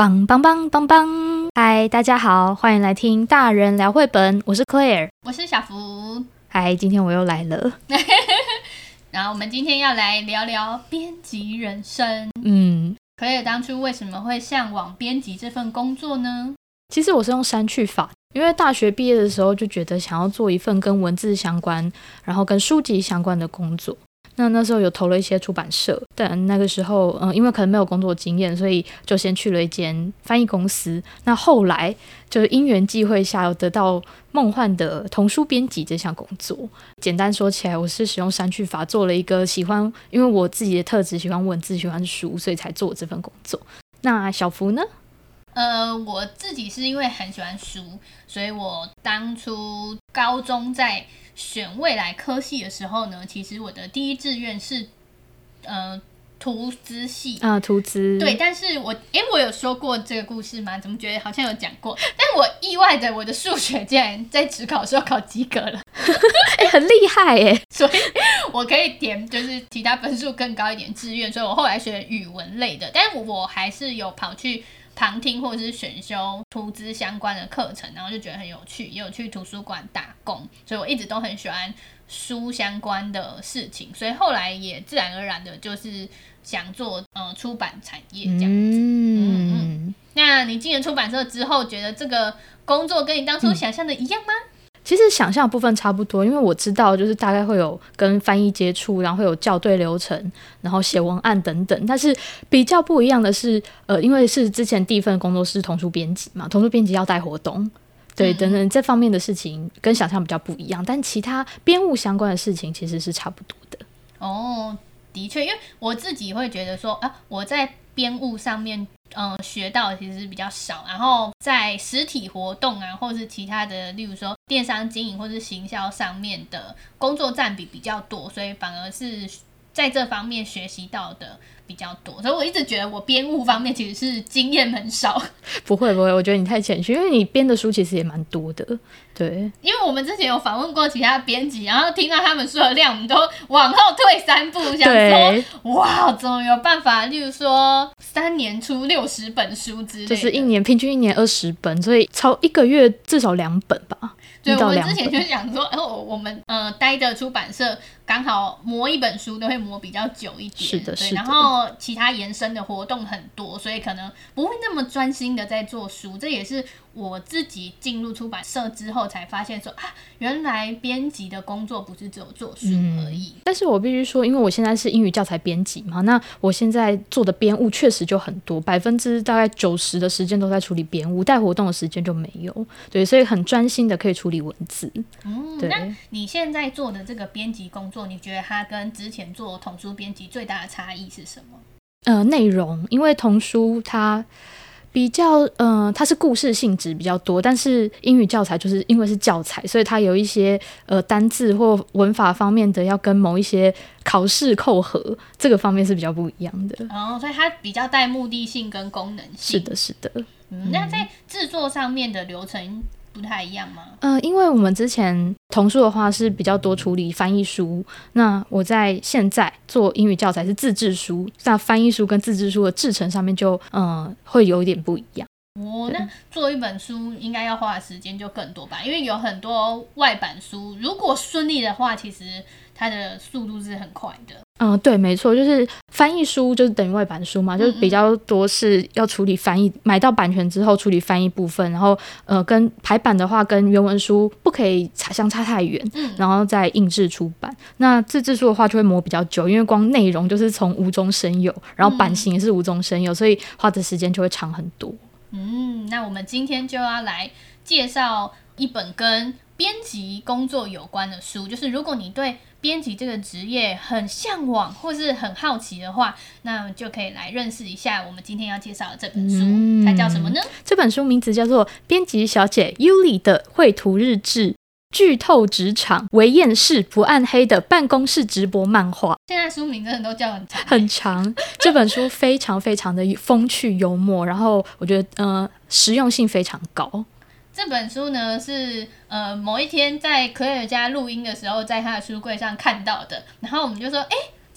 棒棒棒棒棒！嗨，大家好，欢迎来听大人聊绘本，我是 Claire， 我是小福。 嗨，今天我又来了。 然后我们今天要来聊聊编辑人生。Claire 当初为什么会向往编辑这份工作呢？ 其实我是用删去法，因为大学毕业的时候就觉得想要做一份跟文字相关，然后跟书籍相关的工作。那时候有投了一些出版社，但那个时候因为可能没有工作经验，所以就先去了一间翻译公司。那后来就是因缘际会下有得到梦幻的童书编辑这项工作。简单说起来，我是使用删去法做了一个喜欢，因为我自己的特质喜欢文字喜欢书，所以才做这份工作。那小福呢？ 我自己是因为很喜欢书，所以我当初高中在选未来科系的时候呢，其实我的第一志愿是图资系图资对，但是我有说过这个故事吗？怎么觉得好像有讲过？但我意外的，我的数学竟然在指考的时候考及格了， 很厉害耶！ 所以我可以填就是其他分数更高一点志愿，所以我后来选语文类的，但我还是有跑去旁听或者是选修图资相关的课程，然后就觉得很有趣，也有去图书馆打工，所以我一直都很喜欢书相关的事情，所以后来也自然而然的就是想做出版产业这样子。那你进了出版社之后，觉得这个工作跟你当初想象的一样吗？ 其实想象的部分差不多，因为我知道就是大概会有跟翻译接触，然后会有校对流程，然后写文案等等。但是比较不一样的是，因为是之前第一份工作是童书编辑嘛，童书编辑要带活动，对，等等这方面的事情跟想象比较不一样。但其他编务相关的事情其实是差不多的。 哦，的确，因为我自己会觉得说我在编务上面学到的其实比较少，然后在实体活动啊，或是其他的，例如说电商经营或是行销上面的工作占比比较多，所以反而是在这方面学习到的比较多，所以我一直觉得我编务方面其实是经验很少。 不会，我觉得你太谦虚，因为你编的书其实也蛮多的。对， 因为我们之前有访问过其他编辑，然后听到他们说的量，我们都往后退3步，想说哇，怎么有办法？例如说3年出60本书之类的， 就是平均一年20本，所以一个月至少2本吧。 对，我们之前就想说，我们待的出版社刚好磨一本书都会磨比较久一点， 是的， 对，然后其他延伸的活动很多，所以可能不会那么专心的在做书。这也是我自己进入出版社之后才发现说原来编辑的工作不是只有做书而已。 但是我必须说，因为我现在是英语教材编辑嘛，那我现在做的编务确实就很多，90%大概90%的时间都在处理编务，带活动的时间就没有。对，所以很专心的可以处理文字。对。 那你现在做的这个编辑工作，你觉得它跟之前做童书编辑最大的差异是什么？ 内容，因为童书它比较它是故事性质比较多，但是英语教材就是因为是教材，所以它有一些单字或文法方面的要跟某一些考试扣合，这个方面是比较不一样的。 所以它比较带目的性跟功能性。 是的。 那在制作上面的流程不太一样吗？ 因为我们之前童书的话是比较多处理翻译书，那我在现在做英语教材是自制书，那翻译书跟自制书的制程上面就会有一点不一样。 那做一本书应该要花的时间就更多吧，因为有很多外版书，如果顺利的话，其实它的速度是很快的。 对，没错，就是翻译书就是等于外版书嘛，就是比较多是要处理翻译，买到版权之后处理翻译部分，然后跟排版的话跟原文书不可以相差太远，然后再印制出版。那自制书的话就会磨比较久，因为光内容就是从无中生有，然后版型也是无中生有，所以花的时间就会长很多。 那我们今天就要来介绍一本跟编辑工作有关的书，就是如果你对编辑这个职业很向往或是很好奇的话，那就可以来认识一下我们今天要介绍的这本书。它叫什么呢？ 这本书名字叫做《编辑小姐 Yuli 的绘图日志：剧透职场为厌世不暗黑的办公室直播漫画》。 现在书名真的都叫很长。这本书非常非常的风趣幽默，然后我觉得实用性非常高。 这本书呢是某一天在Claire家录音的时候，在他的书柜上看到的，然后我们就说这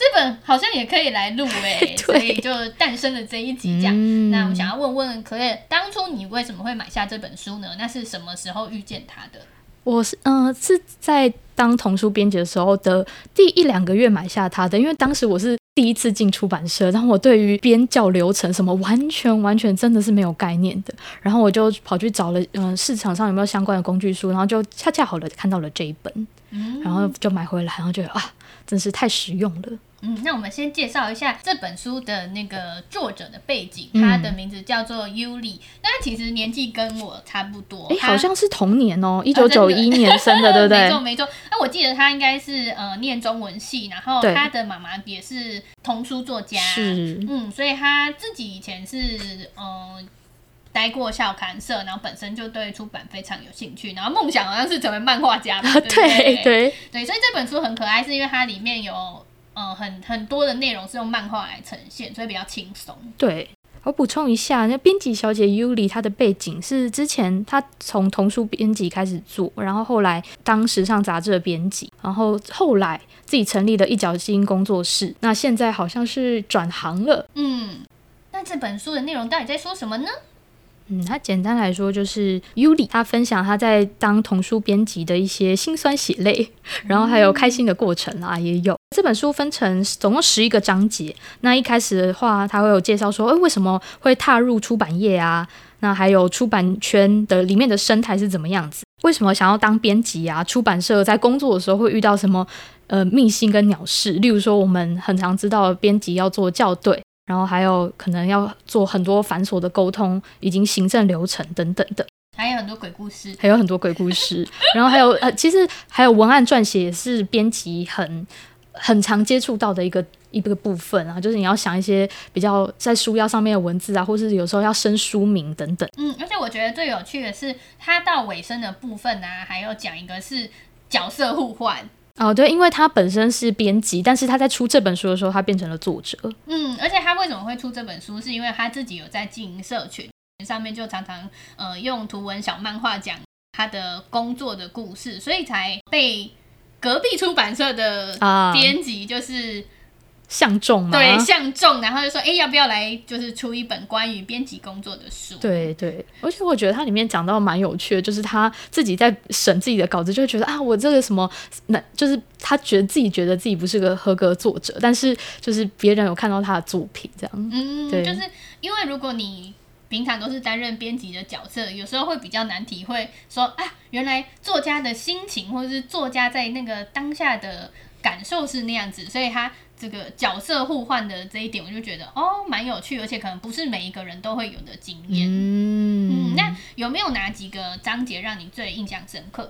本好像也可以来录所以就诞生了这一集这样。那我想要问问Claire，当初你为什么会买下这本书呢？那是什么时候遇见它的？ 我是在当童书编辑的时候的第1-2个月买下它的，因为当时我是第一次进出版社，然后我对于编校流程什么完全真的是没有概念的，然后我就跑去找了市场上有没有相关的工具书，然后就恰恰好了看到了这一本，然后就买回来，然后觉得真是太实用了。 那我们先介绍一下这本书的那个作者的背景，他的名字叫做 Yuli， 那他其实年纪跟我差不多， 好像是同年哦，1991年生的，对不对？ 没错。那我记得他应该是念中文系，然后他的妈妈也是童书作家， 是， 所以他自己以前是待过校刊社，然后本身就对出版非常有兴趣，然后梦想好像是成为漫画家吧，对，所以这本书很可爱，是因为它里面有很多的内容是用漫画来呈现，所以比较轻松。对， 我补充一下，那编辑小姐 Yuli 她的背景是之前她从童书编辑开始做，然后后来当时尚杂志的编辑，然后后来自己成立了一角星工作室，那现在好像是转行了。 那这本书的内容到底在说什么呢？ 它简单来说就是 Yuli 他分享他在当童书编辑的一些辛酸血泪，然后还有开心的过程也有。这本书分成总共11个章节，那一开始的话他会有介绍说为什么会踏入出版业啊，那还有出版圈的里面的生态是怎么样子，为什么想要当编辑啊，出版社在工作的时候会遇到什么秘辛跟鸟事，例如说我们很常知道编辑要做校对，然后还有可能要做很多繁琐的沟通，以及行政流程等等的， 还有很多鬼故事， 然后还有其实还有文案撰写也是编辑很常接触到的一个部分啊，就是你要想一些比较在书腰上面的文字啊，或是有时候要生书名等等。 而且我觉得最有趣的是它到尾声的部分啊，还有讲一个是角色互换。 对，因为他本身是编辑，但是他在出这本书的时候他变成了作者。 而且他为什么会出这本书，是因为他自己有在经营社群，上面就常常用图文小漫画讲他的工作的故事，所以才被隔壁出版社的编辑就是相中吗？ 对，相中，然后就说要不要来就是出一本关于编辑工作的书。 对，而且我觉得它里面讲到蛮有趣的，就是他自己在审自己的稿子，就会觉得我这个什么，就是他觉得自己不是个合格作者，但是就是别人有看到他的作品这样。对， 就是因为如果你平常都是担任编辑的角色，有时候会比较难体会说原来作家的心情或者是作家在那个当下的感受是那样子，所以他这个角色互换的这一点我就觉得蛮有趣，而且可能不是每一个人都会有的经验。那有没有哪几个章节让你最印象深刻？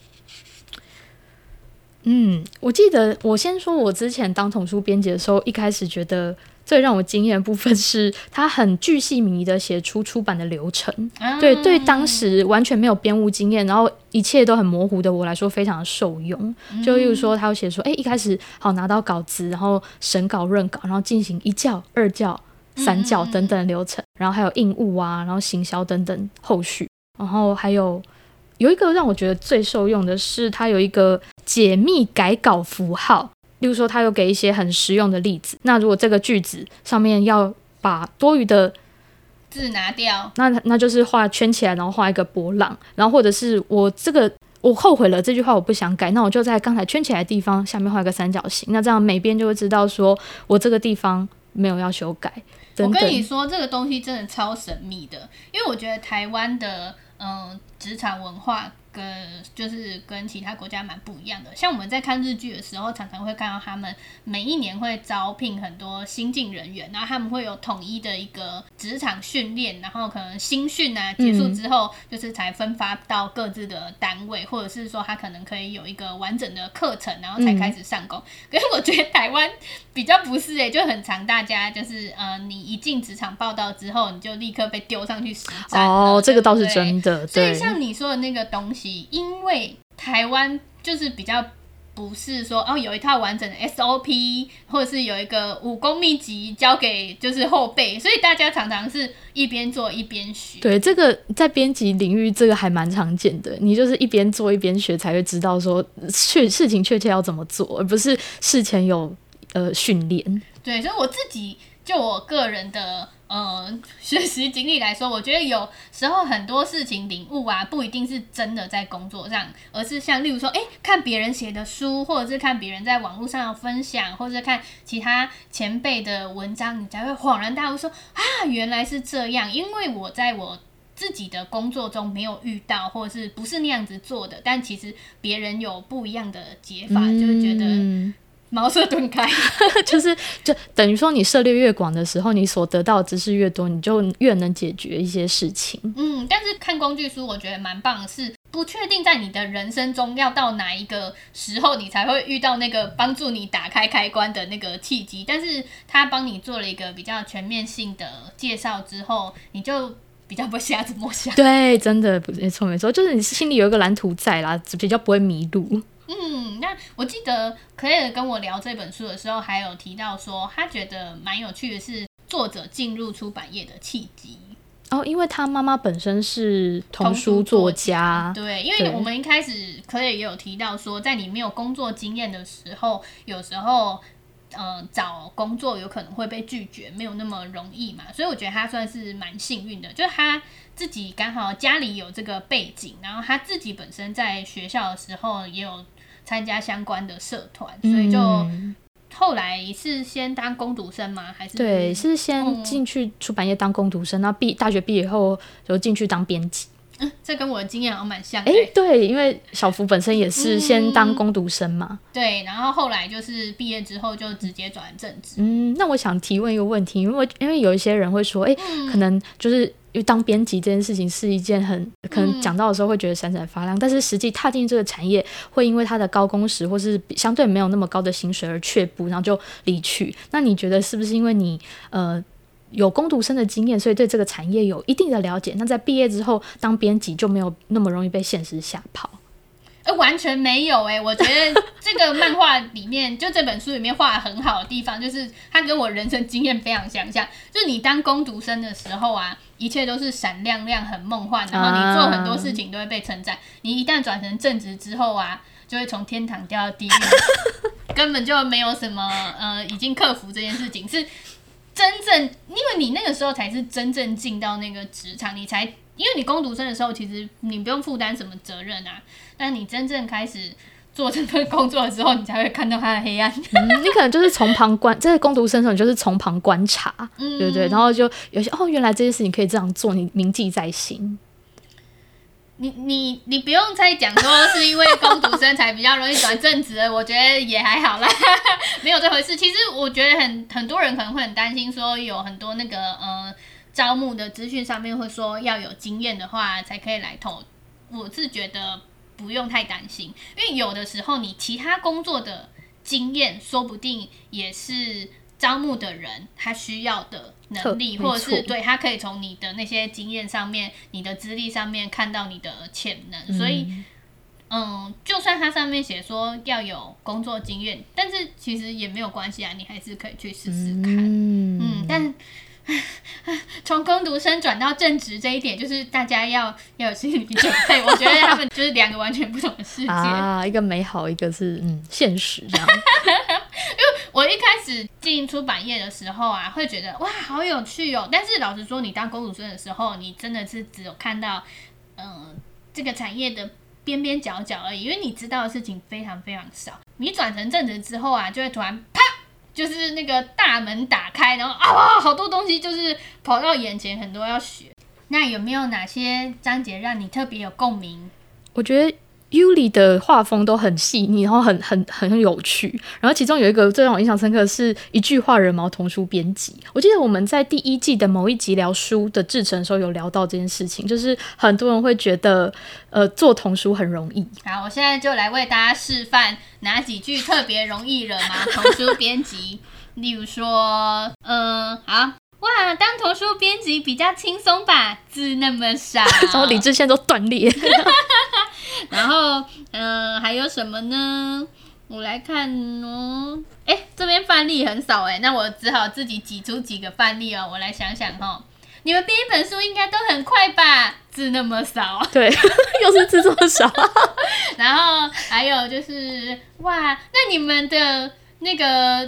我记得我先说我之前当童书编辑的时候，一开始觉得最让我惊艳的部分是他很巨细靡遗的写出出版的流程。对当时完全没有编务经验，然后一切都很模糊的我来说非常的受用。就例如说他有写说一开始拿到稿子，然后审稿润稿，然后进行1校2校3校等等的流程，然后还有印务啊，然后行销等等后续，然后还有一个让我觉得最受用的是他有一个解密改稿符号，例如说他有给一些很实用的例子，那如果这个句子上面要把多余的字拿掉， 那就是画圈起来，然后画一个波浪，然后或者是我后悔了这句话我不想改，那我就在刚才圈起来的地方下面画一个三角形，那这样每边就会知道说我这个地方没有要修改等等。 我跟你说这个东西真的超神秘的，因为我觉得台湾的职场文化跟其他国家蛮不一样的。像我们在看日剧的时候，常常会看到他们每一年会招聘很多新进人员，然后他们会有统一的一个职场训练，然后可能新训结束之后，就是才分发到各自的单位，或者是说他可能可以有一个完整的课程，然后才开始上工。可是我觉得台湾比较不是就很常大家就是你一进职场报道之后，你就立刻被丢上去实战这个倒是真的。 所以像你说的那个东西，因为台湾就是比较不是说有一套完整的 SOP， 或者是有一个武功秘籍交给就是后辈，所以大家常常是一边做一边学。 对，这个在编辑领域这个还蛮常见的，你就是一边做一边学才会知道说事情确切要怎么做，而不是事前有训练。 对，所以我自己就我个人的学习经历来说，我觉得有时候很多事情领悟啊，不一定是真的在工作上，而是像例如说，看别人写的书，或者是看别人在网络上的分享，或者是看其他前辈的文章，你才会恍然大悟说啊，原来是这样。因为我在我自己的工作中没有遇到，或者是不是那样子做的，但其实别人有不一样的解法，就会觉得茅塞顿开就等于说你涉猎越广的时候，你所得到的知识越多，你就越能解决一些事情。 但是看工具书我觉得蛮棒的是，不确定在你的人生中要到哪一个时候你才会遇到那个帮助你打开开关的那个契机，但是他帮你做了一个比较全面性的介绍之后，你就比较不会瞎子摸象。 对，真的没错没错，就是你心里有一个蓝图在啦，比较不会迷路。 那我记得 Claire 跟我聊这本书的时候，还有提到说，他觉得蛮有趣的是作者进入出版业的契机。 因为他妈妈本身是童书作家， 对，因为我们一开始Claire也有提到说，在你没有工作经验的时候，有时候找工作有可能会被拒绝，没有那么容易嘛，所以我觉得他算是蛮幸运的，就是他自己刚好家里有这个背景，然后他自己本身在学校的时候也有参加相关的社团，所以就后来是先当工读生吗？还是对，是先进去出版业当工读生，然后大学毕业后就进去当编辑。 这跟我的经验好像蛮像的。 对，因为小福本身也是先当工读生嘛。 对，然后后来就是毕业之后就直接转正职。 那我想提问一个问题，因为有一些人会说，可能就是因为当编辑这件事情是一件很可能讲到的时候会觉得闪闪发亮，但是实际踏进这个产业会因为它的高工时或是相对没有那么高的薪水而却步，然后就离去。那你觉得是不是因为你有工读生的经验，所以对这个产业有一定的了解，那在毕业之后当编辑就没有那么容易被现实吓跑？ 完全没有我觉得这个漫画里面就这本书里面画得很好的地方，就是它跟我人生经验非常相像。就是你当工读生的时候啊，一切都是闪亮亮很梦幻，然后你做很多事情都会被称赞，你一旦转成正职之后啊，就会从天堂掉到地狱根本就没有什么已经克服这件事情，是真正因为你那个时候才是真正进到那个职场，你才因为你工读生的时候其实你不用负担什么责任啊，但你真正开始做这份工作的时候，你才会看到它的黑暗你可能就是从旁观，在工读生的时候你就是从旁观察，对不对？然后就有些原来这件事情可以这样做，你铭记在心。 你不用再讲说是因为工读生才比较容易转正职了，我觉得也还好啦没有这回事。其实我觉得很多人可能会很担心说有很多那个招募的资讯上面会说要有经验的话才可以来投，我是觉得不用太担心，因为有的时候你其他工作的经验说不定也是招募的人他需要的能力，或者是对他可以从你的那些经验上面你的资历上面看到你的潜能，所以就算他上面写说要有工作经验，但是其实也没有关系啊，你还是可以去试试看。但从工读生转到正职这一点，就是大家要有心理准备。我觉得他们就是两个完全不同的世界， 一个美好，一个是现实这样。 因为我一开始进出版业的时候啊，会觉得哇好有趣哦。但是老实说，你当工读生的时候，你真的是只有看到这个产业的边边角角而已，因为你知道的事情非常非常少。你转成正职之后啊，就会突然啪，就是那个大门打开，然后好多东西就是跑到眼前，很多要学。那有没有哪些章节让你特别有共鸣？ 我觉得Yuli 的画风都很细腻，然后很有趣。然后其中有一个最让我印象深刻的是一句话惹毛童书编辑。我记得我们在第1季的某一集聊书的制成的时候有聊到这件事情，就是很多人会觉得做童书很容易。 好，我现在就来为大家示范哪几句特别容易惹毛童书编辑。例如说好哇，当童书编辑比较轻松吧，字那么少， 然后理智线都断裂然后还有什么呢？我来看哦，这边范例很少那我只好自己挤出几个范例哦。我来想想你们编一本书应该都很快吧？字那么少， 对，又是字这么少。 然后还有就是哇，那你们的那个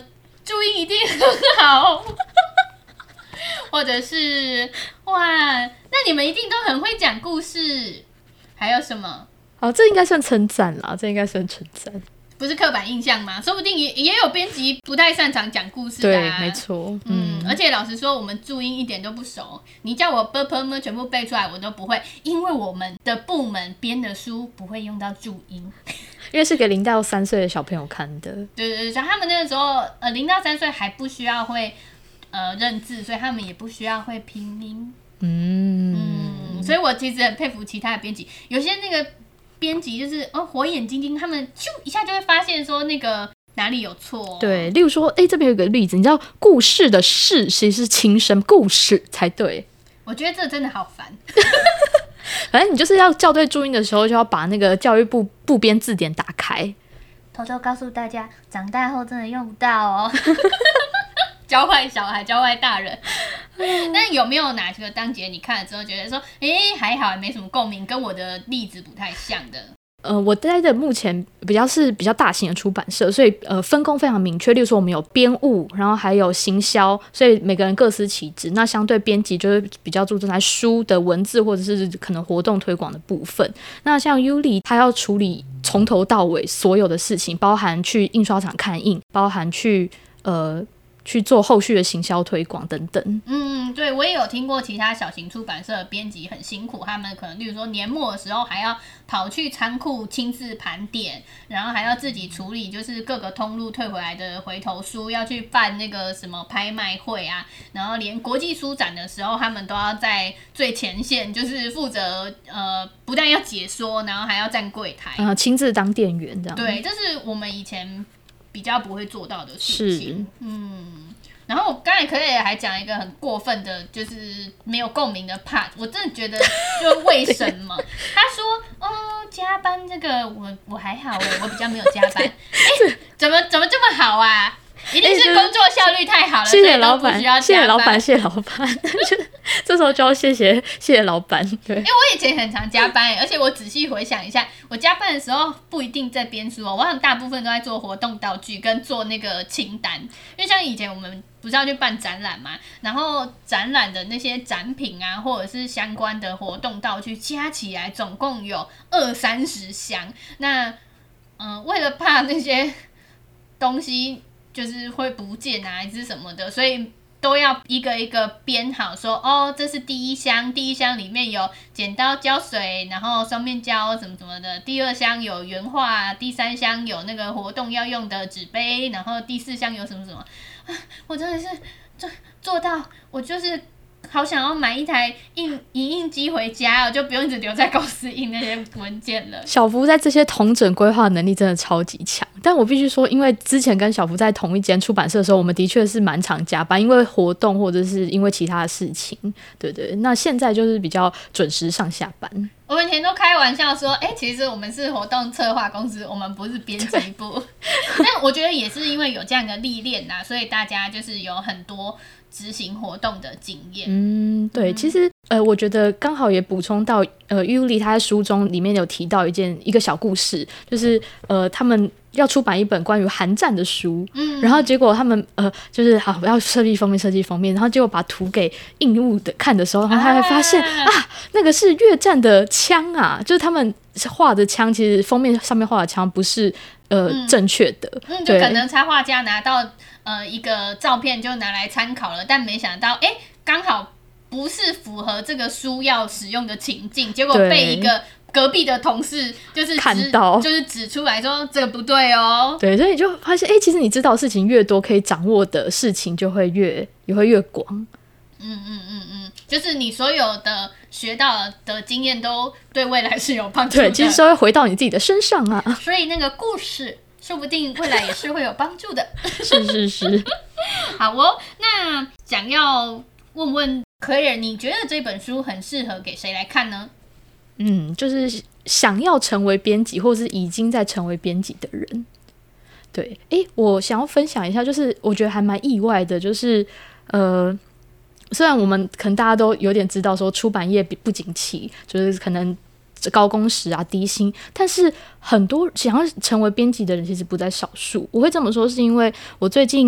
注音一定很好，或者是哇，那你们一定都很会讲故事，还有什么？ 好，这应该算称赞啦，这应该算称赞。 不是刻板印象吗？说不定也有编辑不太擅长讲故事的、啊。 对，没错。 而且老实说，我们注音一点都不熟。你叫我 b p m 全部背出来，我都不会，因为我们的部门编的书不会用到注音， 因为是给0到3岁的小朋友看的。 对对对，像他们那个时候，0到3岁还不需要会认字，所以他们也不需要会拼音。所以我其实很佩服其他的编辑，有些那个编辑就是火眼金睛，他们咻一下就会发现说那个哪里有错。 对，例如说，这边有一个例子，你知道故事的事其实是轻声故事才对。 我觉得这真的好烦。 反正你就是要校对注音的时候，就要把那个教育部部编字典打开。 偷偷告诉大家，长大后真的用不到哦。教坏小孩，教坏大人。那有没有哪个章节你看了之后觉得说，还好，没什么共鸣，跟我的例子不太像的？ 我待的目前比较大型的出版社，所以分工非常明确。例如说，我们有编务，然后还有行销，所以每个人各司其职。那相对编辑就是比较注重在书的文字或者是可能活动推广的部分。那像 Yuli 他要处理从头到尾所有的事情，包含去印刷厂看印，包含去做后续的行销推广等等。 对，我也有听过其他小型出版社的编辑很辛苦，他们可能例如说年末的时候还要跑去仓库亲自盘点，然后还要自己处理就是各个通路退回来的回头书，要去办那个什么拍卖会啊，然后连国际书展的时候他们都要在最前线，就是负责不但要解说，然后还要站柜台， 亲自当店员这样。 对，这是我们以前比较不会做到的事情。然后我刚才可以还讲一个很过分的，就是没有共鸣的 part， 我真的觉得就为什么他说加班这个我还好我比较没有加班，怎么这么好啊？一定是工作效率太好了， 谢谢老板， 谢谢老板，谢谢老板。这时候就要谢谢老板。对， 因为我以前很常加班，而且我仔细回想一下，我加班的时候不一定在编书我好像大部分都在做活动道具跟做那个清单。因为像以前我们不是要去办展览嘛，然后展览的那些展品啊，或者是相关的活动道具加起来总共有20-30箱。那为了怕那些东西就是会不见啊还是什么的，所以都要一个一个编好说这是第一箱里面有剪刀胶水，然后双面胶什么什么的，第2箱有原画，第3箱有那个活动要用的纸杯，然后第4箱有什么什么我真的是做到我就是好想要买一台影印机回家，我就不用一直留在公司印那些文件了。 小福在这些统整规划能力真的超级强，但我必须说，因为之前跟小福在同一间出版社的时候，我们的确是蛮常加班，因为活动或者是因为其他的事情。对，那现在就是比较准时上下班。 我们以前都开玩笑说其实我们是活动策划公司，我们不是编辑部。但我觉得也是因为有这样的历练所以大家就是有很多执行活动的经验。 对，其实我觉得刚好也补充到Yuli 他在书中里面有提到一个小故事，就是他们要出版一本关于韩战的书，然后结果他们就是好要设计封面，然后结果把图给印务的看的时候，然后他还发现那个是越战的枪啊，就是他们画的枪，其实封面上面画的枪不是正确的， 就可能插画家拿到一个照片就拿来参考了，但没想到刚好不是符合这个书要使用的情境，结果被一个隔壁的同事就是看到， 就是指出来说这个不对哦。 对，所以你就发现其实你知道事情越多，可以掌握的事情就会越广。 就是你所有的学到的经验都对未来是有帮助的。 对，其实会回到你自己的身上啊。 所以那个故事说不定未来也是会有帮助的。 是。 好那想要问问 Claire， 你觉得这本书很适合给谁来看呢？ 就是想要成为编辑或是已经在成为编辑的人。对，我想要分享一下，就是我觉得还蛮意外的，就是虽然我们可能大家都有点知道说出版业不景气，就是可能高工时啊低薪，但是很多想要成为编辑的人其实不在少数。我会这么说是因为我最近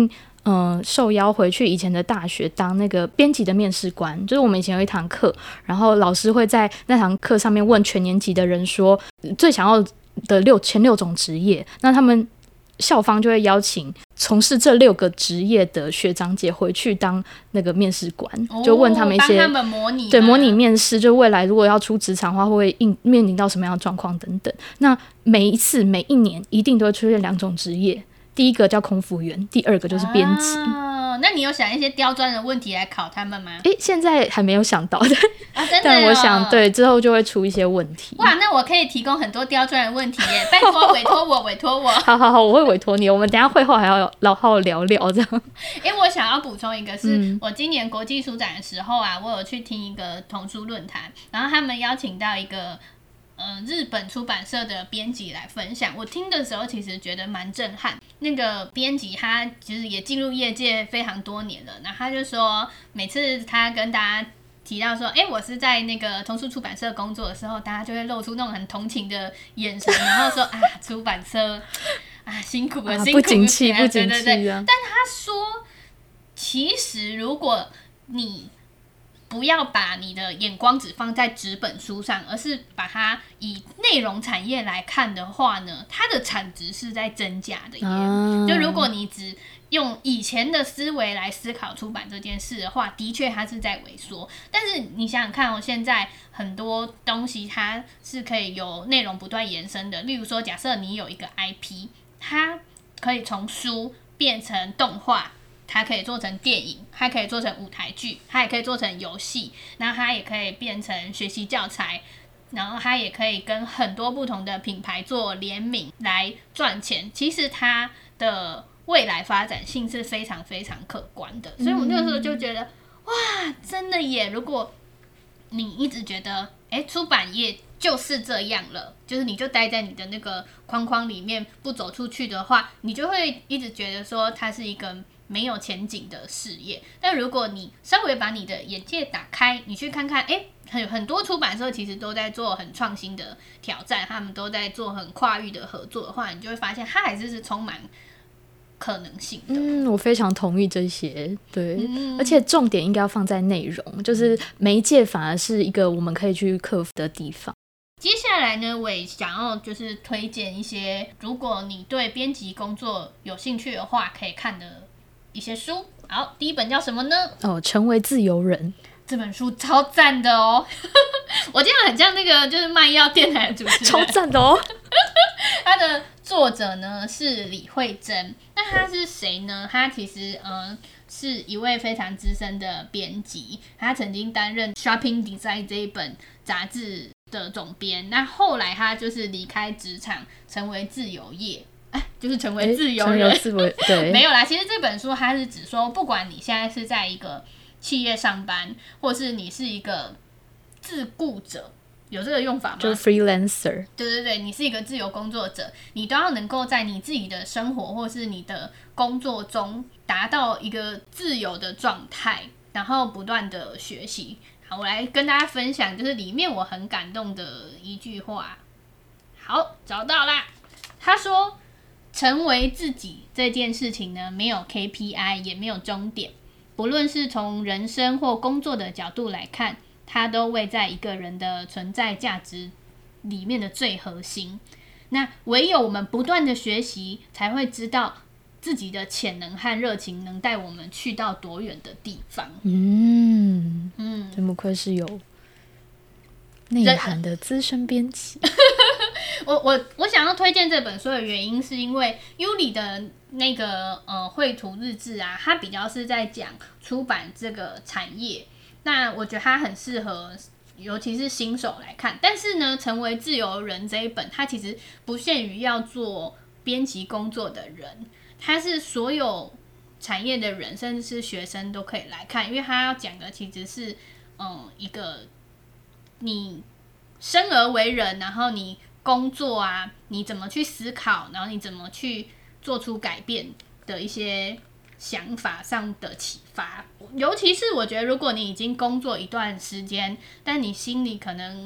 受邀回去以前的大学当那个编辑的面试官。就是我们以前有一堂课，然后老师会在那堂课上面问全年级的人说最想要的前6种职业，那他们校方就会邀请从事这6个职业的学长姐回去当那个面试官，就问他们一些帮他们模拟， 对，模拟面试，就未来如果要出职场的话，会面临到什么样的状况等等。那每一年一定都会出现2种职业，第一个叫空服员，第2个就是编辑。 那你有想一些刁钻的问题来考他们吗？ 现在还没有想到的， 真的但我想对之后就会出一些问题。 哇，那我可以提供很多刁钻的问题耶，拜托委托我，委托我。 好，我会委托你，我们等一下会后还要好好聊聊这样。 我想要补充一个是，我今年国际书展的时候啊，我有去听一个童书论坛，然后他们邀请到一个日本出版社的编辑来分享，我听的时候其实觉得蛮震撼。那个编辑他其实也进入业界非常多年了，然后他就说，每次他跟大家提到说，我是在那个童书出版社工作的时候，大家就会露出那种很同情的眼神，然后说啊，出版社啊辛苦了，辛苦了， 不景气，不景气对。但他说，其实如果你不要把你的眼光只放在纸本书上，而是把它以内容产业来看的话呢，它的产值是在增加的耶。就如果你只用以前的思维来思考出版这件事的话，的确它是在萎缩。但是你想想看现在很多东西它是可以有内容不断延伸的。例如说，假设你有一个 IP， 它可以从书变成动画，它可以做成电影，它可以做成舞台剧，它也可以做成游戏，然后它也可以变成学习教材，然后它也可以跟很多不同的品牌做联名来赚钱。其实它的未来发展性是非常非常可观的。所以我那个时候就觉得，哇，真的耶！如果你一直觉得出版业就是这样了，就是你就待在你的那个框框里面不走出去的话，你就会一直觉得说它是一个没有前景的事业。但如果你稍微把你的眼界打开，你去看看很多出版社其实都在做很创新的挑战，他们都在做很跨域的合作的话，你就会发现它还是充满可能性的。 我非常同意这些，对，而且重点应该要放在内容，就是媒介反而是一个我们可以去克服的地方。 接下来呢，我也想要就是推荐一些，如果你对编辑工作有兴趣的话，可以看的一些书。好，第一本叫什么呢？ 成为自由人。 这本书超赞的哦！我这样很像那个就是卖药电台的主持人， 超赞的哦！ 它的作者呢是李慧珍，那他是谁呢？他其实是一位非常资深的编辑，他曾经担任 Shopping Design 这一本杂志的总编，那后来他就是离开职场，成为自由业。就是成为自由人， 对， 没有啦。其实这本书它是指说，不管你现在是在一个企业上班，或是你是一个自雇者，有这个用法吗？ 就 freelancer。 对，你是一个自由工作者，你都要能够在你自己的生活或是你的工作中达到一个自由的状态，然后不断的学习。好，我来跟大家分享，就是里面我很感动的一句话。好，找到啦。他说，成为自己这件事情呢，没有 KPI， 也没有终点。不论是从人生或工作的角度来看，它都位在一个人的存在价值里面的最核心。那唯有我们不断的学习，才会知道自己的潜能和热情能带我们去到多远的地方。 真不愧是有内涵的资深编辑。 我想要推荐这本书的原因，是因为 Yuli 的那个绘图日志啊，它比较是在讲出版这个产业，那我觉得它很适合，尤其是新手来看。但是呢，成为自由人这一本，它其实不限于要做编辑工作的人，它是所有产业的人，甚至是学生都可以来看，因为它要讲的其实是一个你生而为人，然后你工作啊，你怎么去思考，然后你怎么去做出改变的一些想法上的启发。尤其是我觉得，如果你已经工作一段时间，但你心里可能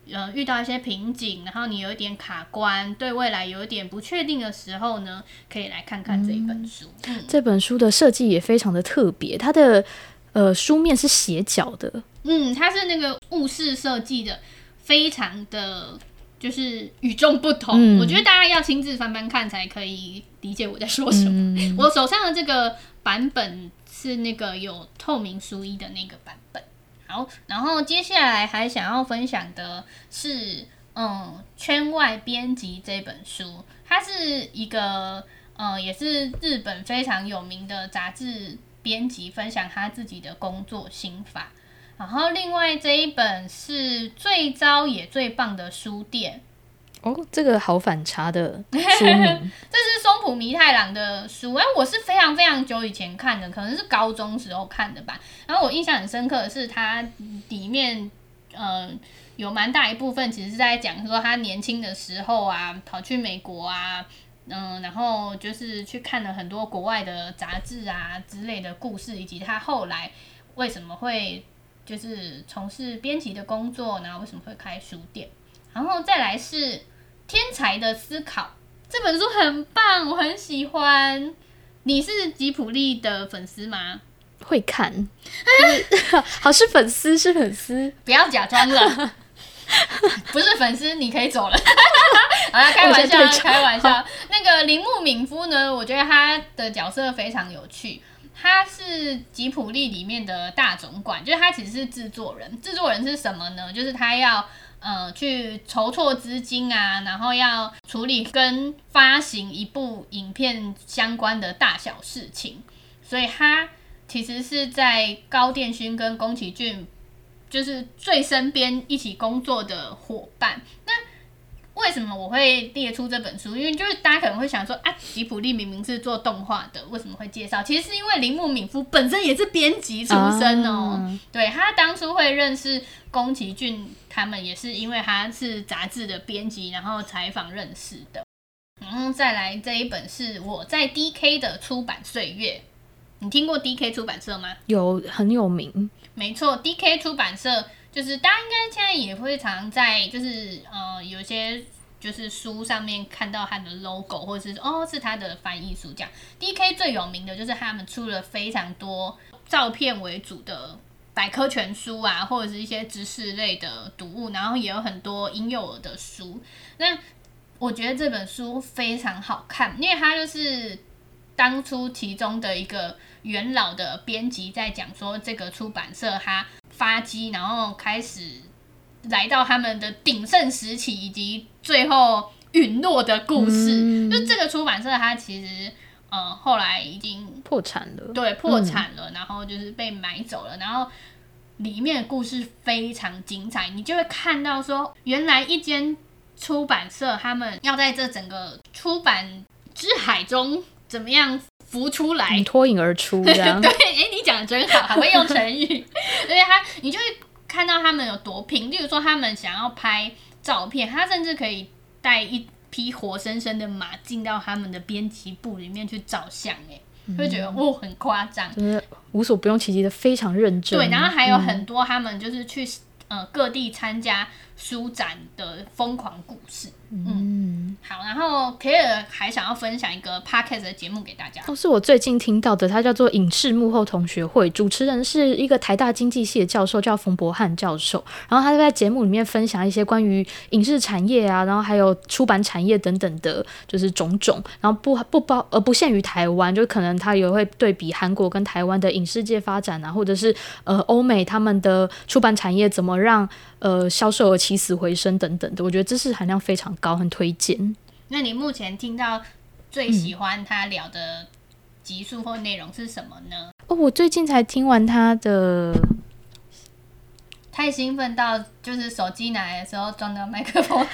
遇到一些瓶颈，然后你有一点卡关，对未来有一点不确定的时候呢，可以来看看这一本书。 这本书的设计也非常的特别，它的书面是斜角的。 它是那个雾式设计的，非常的就是与众不同。我觉得大家要亲自翻翻看才可以理解我在说什么。我手上的这个版本是那个有透明书衣的那个版本。好，然后接下来还想要分享的是圈外编辑这本书，它是一个也是日本非常有名的杂志编辑分享他自己的工作心法。然后另外这一本是最糟也最棒的书店。 这个好反差的书名。 这是松浦弥太郎的书，我是非常非常久以前看的，可能是高中时候看的吧。然后我印象很深刻的是，它里面有蛮大一部分其实是在讲说他年轻的时候啊，跑去美国啊，然后就是去看了很多国外的杂志啊之类的故事，以及他后来为什么会就是从事编辑的工作，然后为什么会开书店。然后再来是天才的思考，这本书很棒，我很喜欢。你是吉卜力的粉丝吗？ 会看，好，是粉丝，是粉丝， 不要假装了。不是粉丝，你可以走了。好啦，开玩笑，开玩笑。那个铃木敏夫呢？我觉得他的角色非常有趣。他是吉卜力里面的大总管，就是他其实是制作人。制作人是什么呢？就是他要去筹措资金啊，然后要处理跟发行一部影片相关的大小事情。所以他其实是在高畑勋跟宫崎骏就是最身边一起工作的伙伴。那为什么我会列出这本书？因为就是大家可能会想说啊，吉卜力明明是做动画的，为什么会介绍？其实是因为铃木敏夫本身也是编辑出身哦。对，他当初会认识宫崎骏他们，也是因为他是杂志的编辑，然后采访认识的。然后再来这一本是我在 DK 的出版岁月。你听过 DK 出版社吗？ 有，很有名。没错， DK 出版社就是大家应该现在也会常在就是有些就是书上面看到它的 logo， 或者是是它的翻译书这样。DK 最有名的就是他们出了非常多照片为主的百科全书啊，或者是一些知识类的读物，然后也有很多婴幼儿的书。那我觉得这本书非常好看，因为它就是当初其中的一个元老的编辑在讲说，这个出版社它发迹，然后开始来到他们的鼎盛时期，以及最后陨落的故事。就这个出版社它其实后来已经破产了， 对，破产了，然后就是被买走了，然后里面的故事非常精彩，你就会看到说，原来一间出版社他们要在这整个出版之海中怎么样浮出来， 脱颖而出这样。 对，你讲的真好，还会用成语。所以你就会看到他们有多拼。例如说，他们想要拍照片，他甚至可以带一匹活生生的马进到他们的编辑部里面去照相，会觉得很夸张， 就是无所不用其极的非常认真。 对，然后还有很多他们就是去各地参加书展的疯狂故事。好，然后凯尔还想要分享一个 podcast 的节目给大家。 是我最近听到的，它叫做影视幕后同学会，主持人是一个台大经济系的教授，叫冯博翰教授。然后他在节目里面分享一些关于影视产业啊，然后还有出版产业等等的，就是种种。然后不限于台湾，就可能他也会对比韩国跟台湾的影视界发展啊，或者是欧美他们的出版产业怎么让销售额起死回生等等的。我觉得知识含量非常高，很推荐。 那你目前听到最喜欢他聊的集数或内容是什么呢？ 我最近才听完他的， 太兴奋到就是手机拿来的时候撞到麦克风。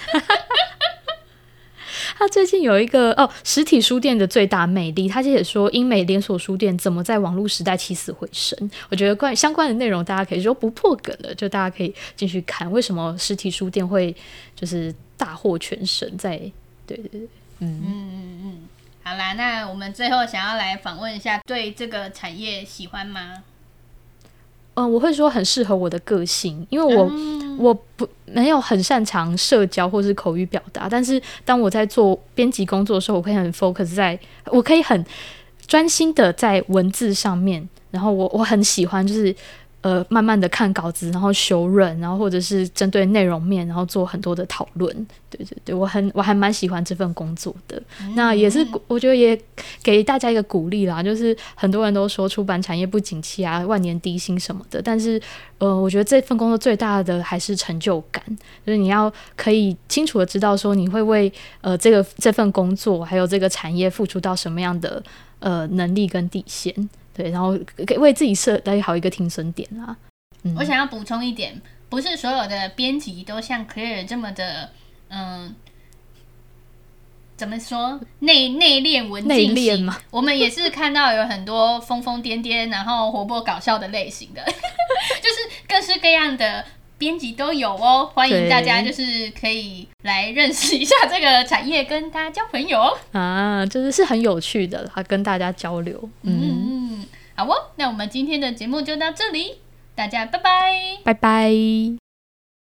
他最近有一个实体书店的最大魅力，他也说英美连锁书店怎么在网络时代起死回生。我觉得相关的内容大家可以说不破梗了，就大家可以进去看为什么实体书店会就是大获全胜在。对， 好啦，那我们最后想要来访问一下，对这个产业喜欢吗？ 我会说很适合我的个性，因为我没有很擅长社交或是口语表达，但是当我在做编辑工作的时候，我可以很 focus 我可以很专心的在文字上面，然后我很喜欢就是慢慢的看稿子，然后修润，然后或者是针对内容面，然后做很多的讨论。对对对，我还蛮喜欢这份工作的。那也是我觉得也给大家一个鼓励啦，就是很多人都说出版产业不景气啊，万年低薪什么的，但是我觉得这份工作最大的还是成就感，就是你要可以清楚的知道说你会为这份工作还有这个产业付出到什么样的能力跟底线。对，然后为自己设立好一个停损点啦。 我想要补充一点，不是所有的编辑都像 Claire 这么的，怎么说内敛文静型？我们也是看到有很多疯疯癫癫，然后活泼搞笑的类型的，就是各式各样的编辑都有哦。欢迎大家就是可以来认识一下这个产业，跟大家交朋友啊，就是很有趣的，跟大家交流。 好哦，那我们今天的节目就到这里，大家拜拜， 拜拜。